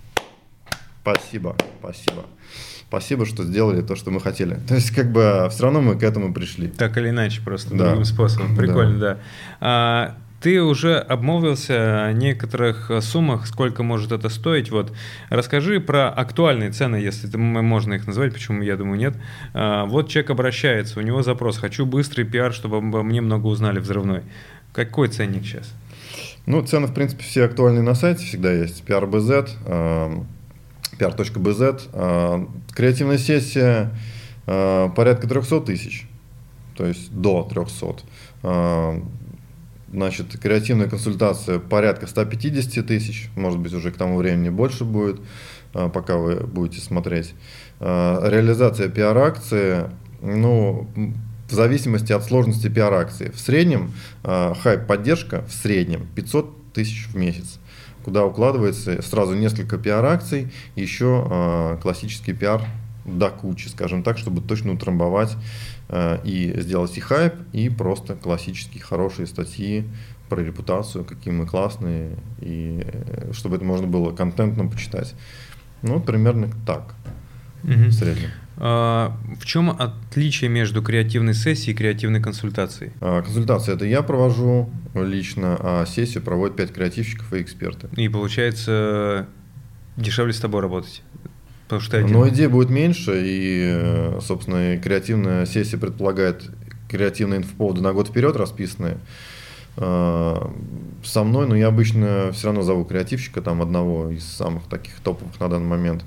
спасибо, спасибо. Спасибо, что сделали то, что мы хотели. То есть, как бы, все равно мы к этому пришли. Так или иначе, просто Да. другим способом. Прикольно, да. Да. А, ты уже обмолвился о некоторых суммах, сколько может это стоить. Вот. Расскажи про актуальные цены, если это можно их назвать, почему, я думаю, нет. А, вот человек обращается, у него запрос: хочу быстрый пиар, чтобы обо мне много узнали, взрывной. Какой ценник сейчас? Ну, цены, в принципе, все актуальные на сайте, всегда есть. пи ар би зет, пи ар точка би зет. Креативная сессия порядка триста тысяч, то есть до трехсот. Значит, креативная консультация порядка сто пятьдесят тысяч, может быть, уже к тому времени больше будет, пока вы будете смотреть. Реализация пиар-акции, ну, в зависимости от сложности пиар-акции. В среднем хайп-поддержка в среднем пятьсот тысяч в месяц, куда укладывается сразу несколько пиар-акций, еще классический пиар до кучи, скажем так, чтобы точно утрамбовать и сделать и хайп, и просто классические хорошие статьи про репутацию, какие мы классные, и чтобы это можно было контентно почитать. Ну, примерно так, угу. В среднем. А в чем отличие между креативной сессией и креативной консультацией? Консультация это я провожу лично, а сессию проводят пять креативщиков и эксперты. И получается дешевле с тобой работать? Потому что Но идей будет меньше, и, собственно, и креативная сессия предполагает креативные инфоповоды на год вперед расписанные. Со мной, но я обычно все равно зову креативщика, там одного из самых таких топовых на данный момент.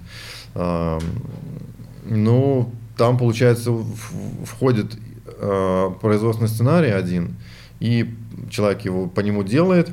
Ну, там, получается, входит производственный сценарий один, и человек его по нему делает.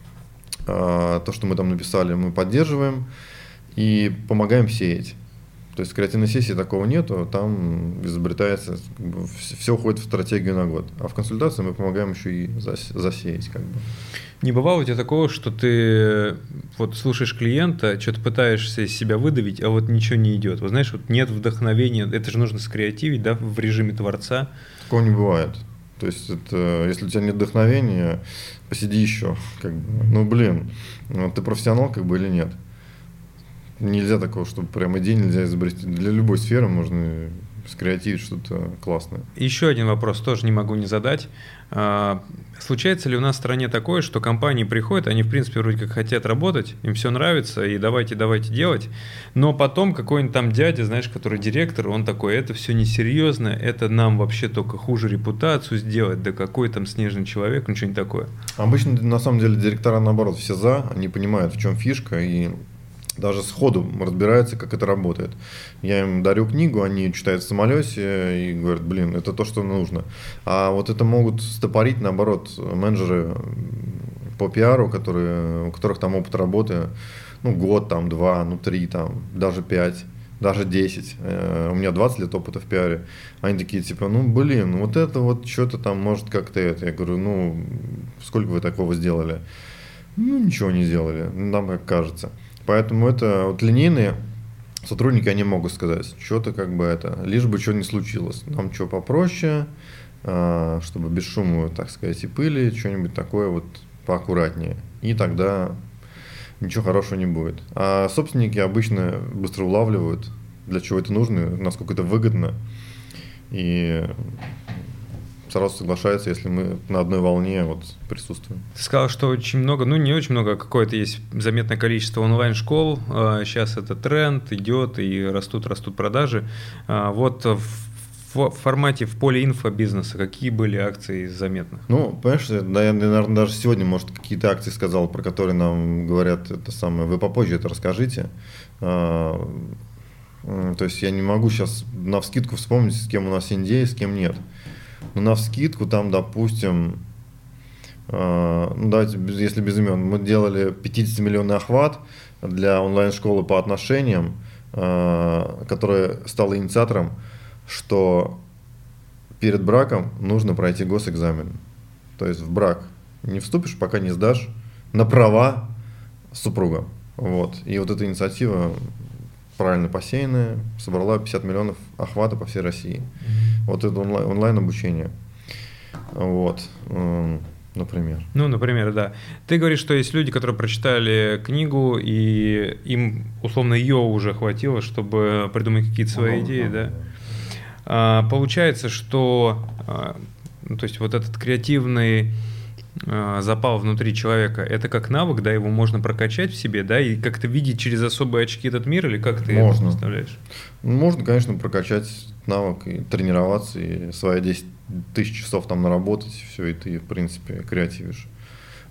То, что мы там написали, мы поддерживаем и помогаем сеять. То есть в креативной сессии такого нету, там изобретается, как бы, все уходит в стратегию на год. А в консультации мы помогаем еще и засеять. Как бы. Не бывало у тебя такого, что ты вот слушаешь клиента, что-то пытаешься из себя выдавить, а вот ничего не идет. Вот знаешь, вот нет вдохновения, это же нужно скреативить, да, в режиме творца. Такого не бывает. То есть, это, если у тебя нет вдохновения, посиди еще. Как бы. Ну, блин, ну, ты профессионал как бы или нет? Нельзя такого, чтобы прям идеи нельзя изобрести. Для любой сферы можно скреативить что-то классное. Еще один вопрос тоже не могу не задать. Случается ли у нас в стране такое, что компании приходят, они в принципе вроде как хотят работать, им все нравится, и давайте, давайте делать, но потом какой-нибудь там дядя, знаешь, который директор, он такой, это все несерьезно, это нам вообще только хуже репутацию сделать, да какой там снежный человек, ну что-нибудь такое. Обычно на самом деле директора наоборот все за, они понимают, в чем фишка, и даже сходу разбираются, как это работает. Я им дарю книгу, они читают в самолете и говорят, блин, это то, что нужно. А вот это могут стопорить, наоборот, менеджеры по пиару, которые, у которых там опыт работы, ну, год, там, два, ну, три, там, даже пять, даже десять. У меня двадцать лет опыта в пиаре. Они такие, типа, ну, блин, вот это вот что-то там может как-то это. Я говорю, ну, сколько вы такого сделали? Ну, ничего не сделали, нам как кажется. Поэтому это вот линейные сотрудники, они могут сказать, что-то как бы это, лишь бы что не случилось. Нам что попроще, чтобы без шума, так сказать, и пыли, что-нибудь такое вот поаккуратнее. И тогда ничего хорошего не будет. А собственники обычно быстро улавливают, для чего это нужно, насколько это выгодно. И сразу соглашается, если мы на одной волне вот присутствуем. Ты сказал, что очень много, ну не очень много, а какое-то есть заметное количество онлайн-школ. Сейчас это тренд, идет и растут-растут продажи. Вот в формате, в поле инфобизнеса какие были акции заметных? Ну, понимаешь, да, я, наверное, даже сегодня, может, какие-то акции сказал, про которые нам говорят это самое, вы попозже это расскажите. То есть я не могу сейчас навскидку вспомнить, с кем у нас эн ди эй, с кем нет. Но навскидку там, допустим, э, ну давайте, если без имен, мы делали пятидесятимиллионный охват для онлайн-школы по отношениям, э, которая стала инициатором, что перед браком нужно пройти госэкзамен. То есть в брак не вступишь, пока не сдашь на права супруга. Вот. И вот эта инициатива правильно посеянная, собрала пятьдесят миллионов охвата по всей России. Mm-hmm. Вот это онлайн, онлайн-обучение. Вот, например. Ну, например, да. Ты говоришь, что есть люди, которые прочитали книгу, и им, условно, ее уже хватило, чтобы придумать какие-то свои oh, идеи, oh, да? Yeah. А, получается, что а, ну, то есть вот этот креативный запал внутри человека, это как навык, да, его можно прокачать в себе, да, и как-то видеть через особые очки этот мир, или как ты можно. Это представляешь? Можно, конечно, прокачать навык и тренироваться, и свои десять тысяч часов там наработать, все, и ты, в принципе, креативишь.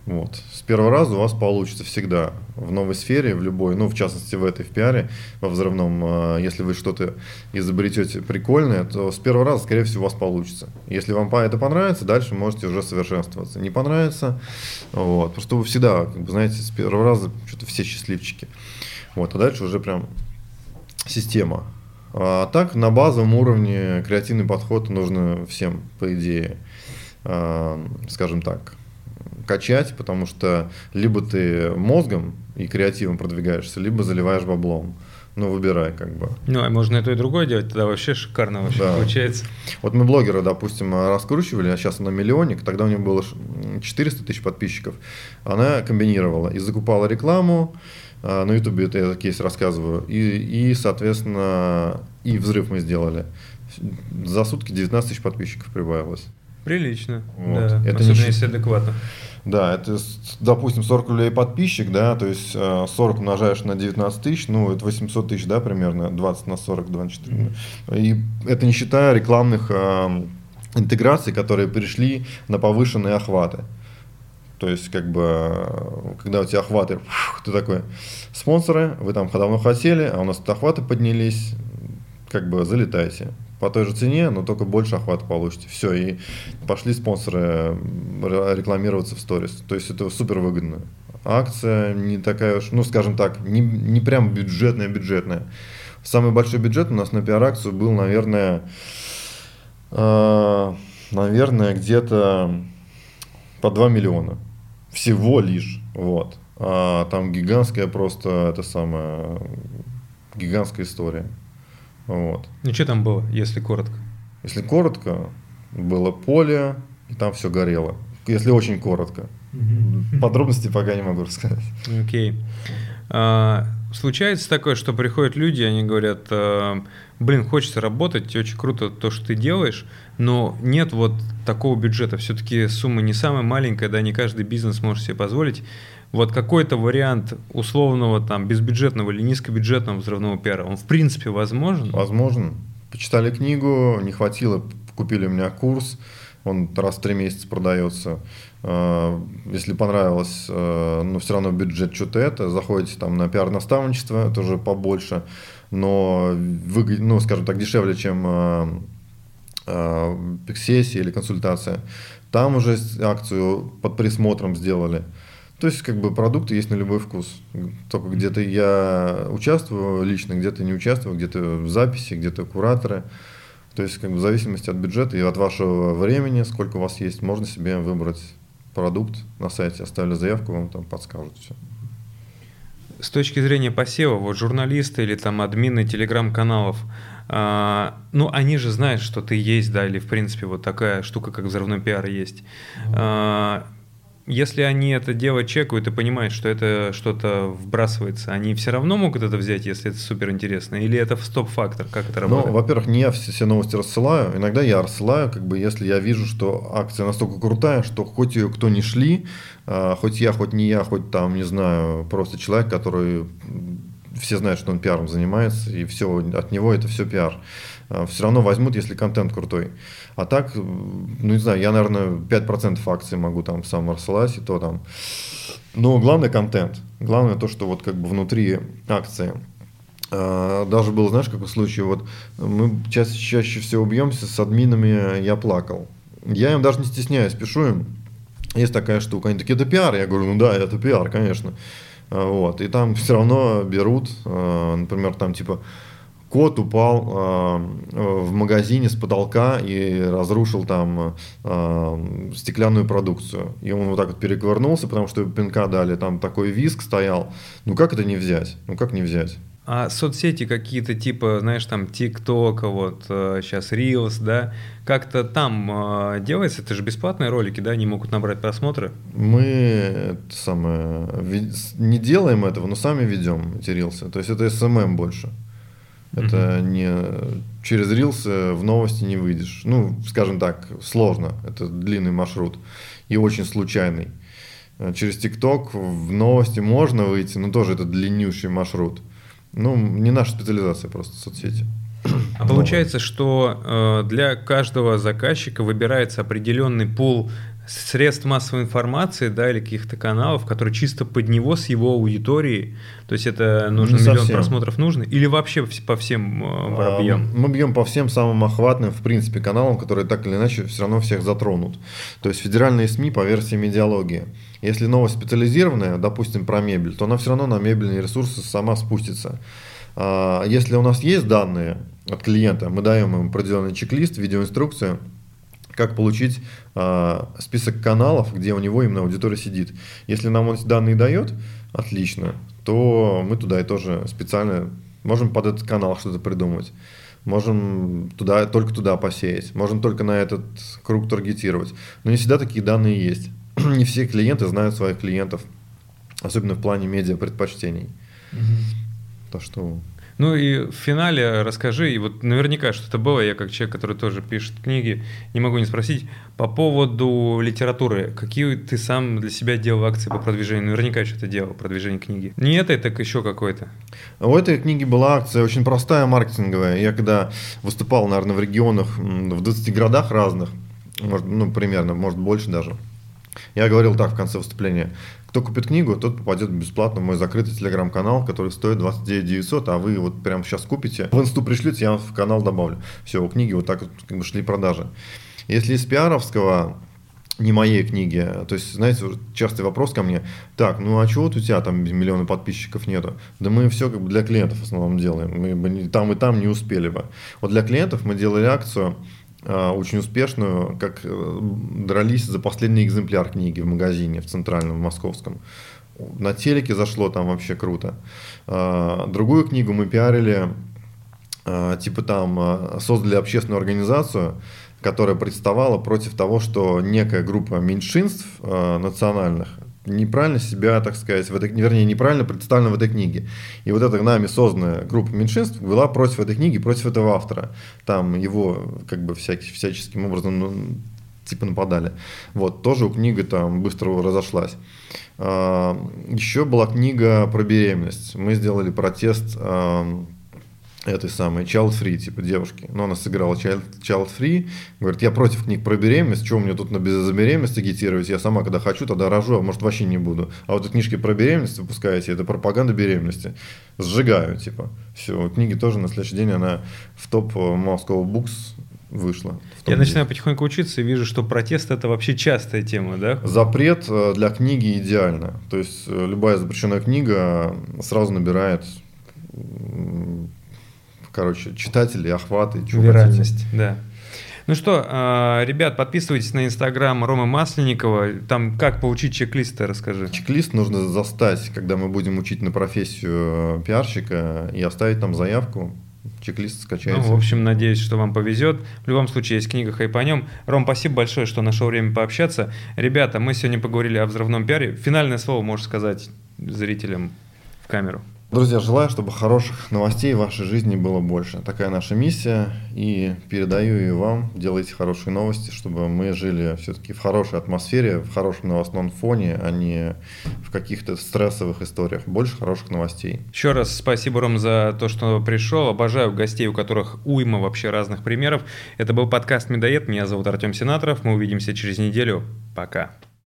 Вот. С первого раза у вас получится всегда в новой сфере, в любой, ну, в частности, в этой, в пиаре, во взрывном, если вы что-то изобретете прикольное, то с первого раза, скорее всего, у вас получится. Если вам это понравится, дальше можете уже совершенствоваться. Не понравится, вот, потому что вы всегда, как бы, знаете, с первого раза что-то все счастливчики. Вот, а дальше уже прям система. А так, на базовом уровне креативный подход нужно всем, по идее, скажем так, качать, потому что либо ты мозгом и креативом продвигаешься, либо заливаешь баблом. Ну, выбирай, как бы. Ну, а можно и то, и другое делать, тогда вообще шикарно вообще да. получается. Вот мы блогера, допустим, раскручивали, а сейчас она миллионник, тогда у нее было четыреста тысяч подписчиков. Она комбинировала и закупала рекламу, на Ютубе это я кейс рассказываю, и, и, соответственно, и взрыв мы сделали. За сутки девятнадцать тысяч подписчиков прибавилось. Прилично, вот. Да, это особенно не... если адекватно. Да, это, допустим, сорок рублей подписчик, да, то есть сорок умножаешь на девятнадцать тысяч, ну, это восемьсот тысяч, да, примерно, двадцать на сорок, двадцать четыре. Mm-hmm. И это не считая рекламных э, интеграций, которые пришли на повышенные охваты. То есть, как бы, когда у тебя охваты, ты такой, спонсоры, вы там давно хотели, а у нас тут охваты поднялись, как бы, залетайте. По той же цене, но только больше охвата получите. Все, и пошли спонсоры рекламироваться в сторис. То есть это супер выгодно. Акция не такая уж, ну скажем так, не, не прям бюджетная-бюджетная. Самый большой бюджет у нас на пиар-акцию был, наверное, э, наверное, где-то по два миллиона. Всего лишь. Вот. А там гигантская просто, это самая, гигантская история. Вот. Ну что там было, если коротко? Если коротко, было поле, и там все горело. Если очень коротко. Mm-hmm. Подробности пока не могу рассказать. Окей. Okay. А, случается такое, что приходят люди, они говорят, блин, хочется работать, очень круто то, что ты делаешь, но нет вот такого бюджета. Все-таки сумма не самая маленькая, да, не каждый бизнес может себе позволить. Вот какой-то вариант условного там безбюджетного или низкобюджетного взрывного пиара, он в принципе возможен? Возможен. Почитали книгу, не хватило, купили у меня курс, он раз в три месяца продается. Если понравилось, но все равно бюджет что-то это, заходите там на пиар-наставничество, это уже побольше, но выгод, ну, скажем так, дешевле, чем сессия или консультация. Там уже акцию под присмотром сделали. То есть, как бы, продукты есть на любой вкус. Только где-то я участвую лично, где-то не участвую, где-то в записи, где-то кураторы. То есть, как бы, в зависимости от бюджета и от вашего времени, сколько у вас есть, можно себе выбрать продукт на сайте. Оставили заявку, вам там подскажут все. С точки зрения посева, вот журналисты или там админы телеграм-каналов, а, ну, они же знают, что ты есть, да, или в принципе вот такая штука, как взрывной пиар есть. А, Если они это дело чекают и понимают, что это что-то вбрасывается, они все равно могут это взять, если это супер интересно? Или это стоп-фактор? Как это работает? Ну, во-первых, не я все, все новости рассылаю. Иногда я рассылаю, как бы, если я вижу, что акция настолько крутая, что хоть ее кто ни шли, а, хоть я, хоть не я, хоть там, не знаю, просто человек, который все знают, что он пиаром занимается, и все от него это все пиар. Все равно возьмут, если контент крутой. А так, ну не знаю, я, наверное, пять процентов акций могу там сам рассылать, и то там. Но главное контент. Главное то, что вот как бы внутри акции. Даже был, знаешь, какой случай, вот мы чаще, чаще всего бьемся с админами, я плакал. Я им даже не стесняюсь, пишу им, есть такая штука. Они такие, это пиар? Я говорю, ну да, это пиар, конечно. Вот. И там все равно берут, например, там типа кот упал э, в магазине с потолка и разрушил там э, стеклянную продукцию. И он вот так вот перекувырнулся, потому что пинка дали, там такой визг стоял. Ну как это не взять? Ну как не взять? А соцсети какие-то типа, знаешь, там ТикТока, вот э, сейчас Reels, да, как-то там э, делается, это же бесплатные ролики, да, они могут набрать просмотры? Мы это самое, не делаем этого, но сами ведем эти Reels. То есть это эс эм эм больше. Это uh-huh. не через рилсы в новости не выйдешь. Ну, скажем так, сложно. Это длинный маршрут и очень случайный. Через ТикТок в новости можно выйти, но тоже это длиннющий маршрут. Ну, не наша специализация просто соцсети. А получается, что э, для каждого заказчика выбирается определенный пул средств массовой информации, да, или каких-то каналов, которые чисто под него с его аудиторией, то есть это нужно Не миллион совсем. просмотров нужно, или вообще вс- по всем э, воробьям? Мы бьем по всем самым охватным, в принципе, каналам, которые так или иначе все равно всех затронут. То есть федеральные СМИ по версии медиалогии. Если новость специализированная, допустим, про мебель, то она все равно на мебельные ресурсы сама спустится. А если у нас есть данные от клиента, мы даем им определенный чек-лист, видеоинструкцию, как получить а, список каналов, где у него именно аудитория сидит. Если нам он эти данные дает, отлично, то мы туда и тоже специально можем под этот канал что-то придумать. Можем туда, только туда посеять, можем только на этот круг таргетировать. Но не всегда такие данные есть. Не все клиенты знают своих клиентов, особенно в плане медиа предпочтений. Угу. То, что... Ну и в финале расскажи, и вот наверняка что-то было, я как человек, который тоже пишет книги, не могу не спросить, по поводу литературы, какие ты сам для себя делал акции по продвижению? Наверняка что-то делал, продвижение книги. Не этой, так еще какой-то. У этой книги была акция очень простая, маркетинговая. Я когда выступал, наверное, в регионах, в двадцати городах разных, может, ну, примерно, может, больше даже, я говорил так в конце выступления: кто купит книгу, тот попадет бесплатно в мой закрытый телеграм-канал, который стоит двадцать девять тысяч девятьсот, а вы вот прямо сейчас купите, в инсту пришлете, я вам в канал добавлю. Все, у книги вот так вот как бы шли продажи. Если из пиаровского, не моей книги, то есть, знаете, частый вопрос ко мне: так, ну а чего вот у тебя там миллионы подписчиков нету? Да мы все как бы для клиентов в основном делаем, мы бы там и там не успели бы. Вот для клиентов мы делали акцию очень успешную, как дрались за последний экземпляр книги в магазине в центральном, в московском. На телеке зашло там вообще круто. Другую книгу мы пиарили, типа там создали общественную организацию, которая представала против того, что некая группа меньшинств национальных неправильно себя, так сказать, в этой, вернее, неправильно представлена в этой книге. И вот эта нами созданная группа меньшинств была против этой книги, против этого автора. Там его как бы всякий, всяческим образом, ну, типа нападали. Вот, тоже у книги там быстро разошлась. Еще была книга про беременность. Мы сделали протест этой самой child free, типа девушки. Но она сыграла child, child free, говорит: я против книг про беременность, что мне тут на беременность агитировать, я сама когда хочу, тогда рожу, а может вообще не буду. А вот книжки про беременность выпускаете, это пропаганда беременности. Сжигаю, типа. Все, книги тоже на следующий день она в топ Moscow Books вышла. Я начинаю потихоньку учиться и вижу, что протест — это вообще частая тема, да? Запрет для книги идеально. То есть любая запрещенная книга сразу набирает, короче, читатели, охваты. Виральность, да. Ну что, ребят, подписывайтесь на инстаграм Ромы Масленникова. Там как получить чек-лист, расскажи. Чек-лист нужно застать, когда мы будем учить на профессию пиарщика, и оставить там заявку. Чек-лист скачается. Ну, в общем, надеюсь, что вам повезет. В любом случае, есть книга «Хайпанем». Ром, спасибо большое, что нашел время пообщаться. Ребята, мы сегодня поговорили о взрывном пиаре. Финальное слово можешь сказать зрителям в камеру. Друзья, желаю, чтобы хороших новостей в вашей жизни было больше. Такая наша миссия, и передаю ее вам. Делайте хорошие новости, чтобы мы жили все-таки в хорошей атмосфере, в хорошем новостном фоне, а не в каких-то стрессовых историях. Больше хороших новостей. Еще раз спасибо, Ром, за то, что пришел. Обожаю гостей, у которых уйма вообще разных примеров. Это был подкаст «Медоед». Меня зовут Артем Сенаторов. Мы увидимся через неделю. Пока.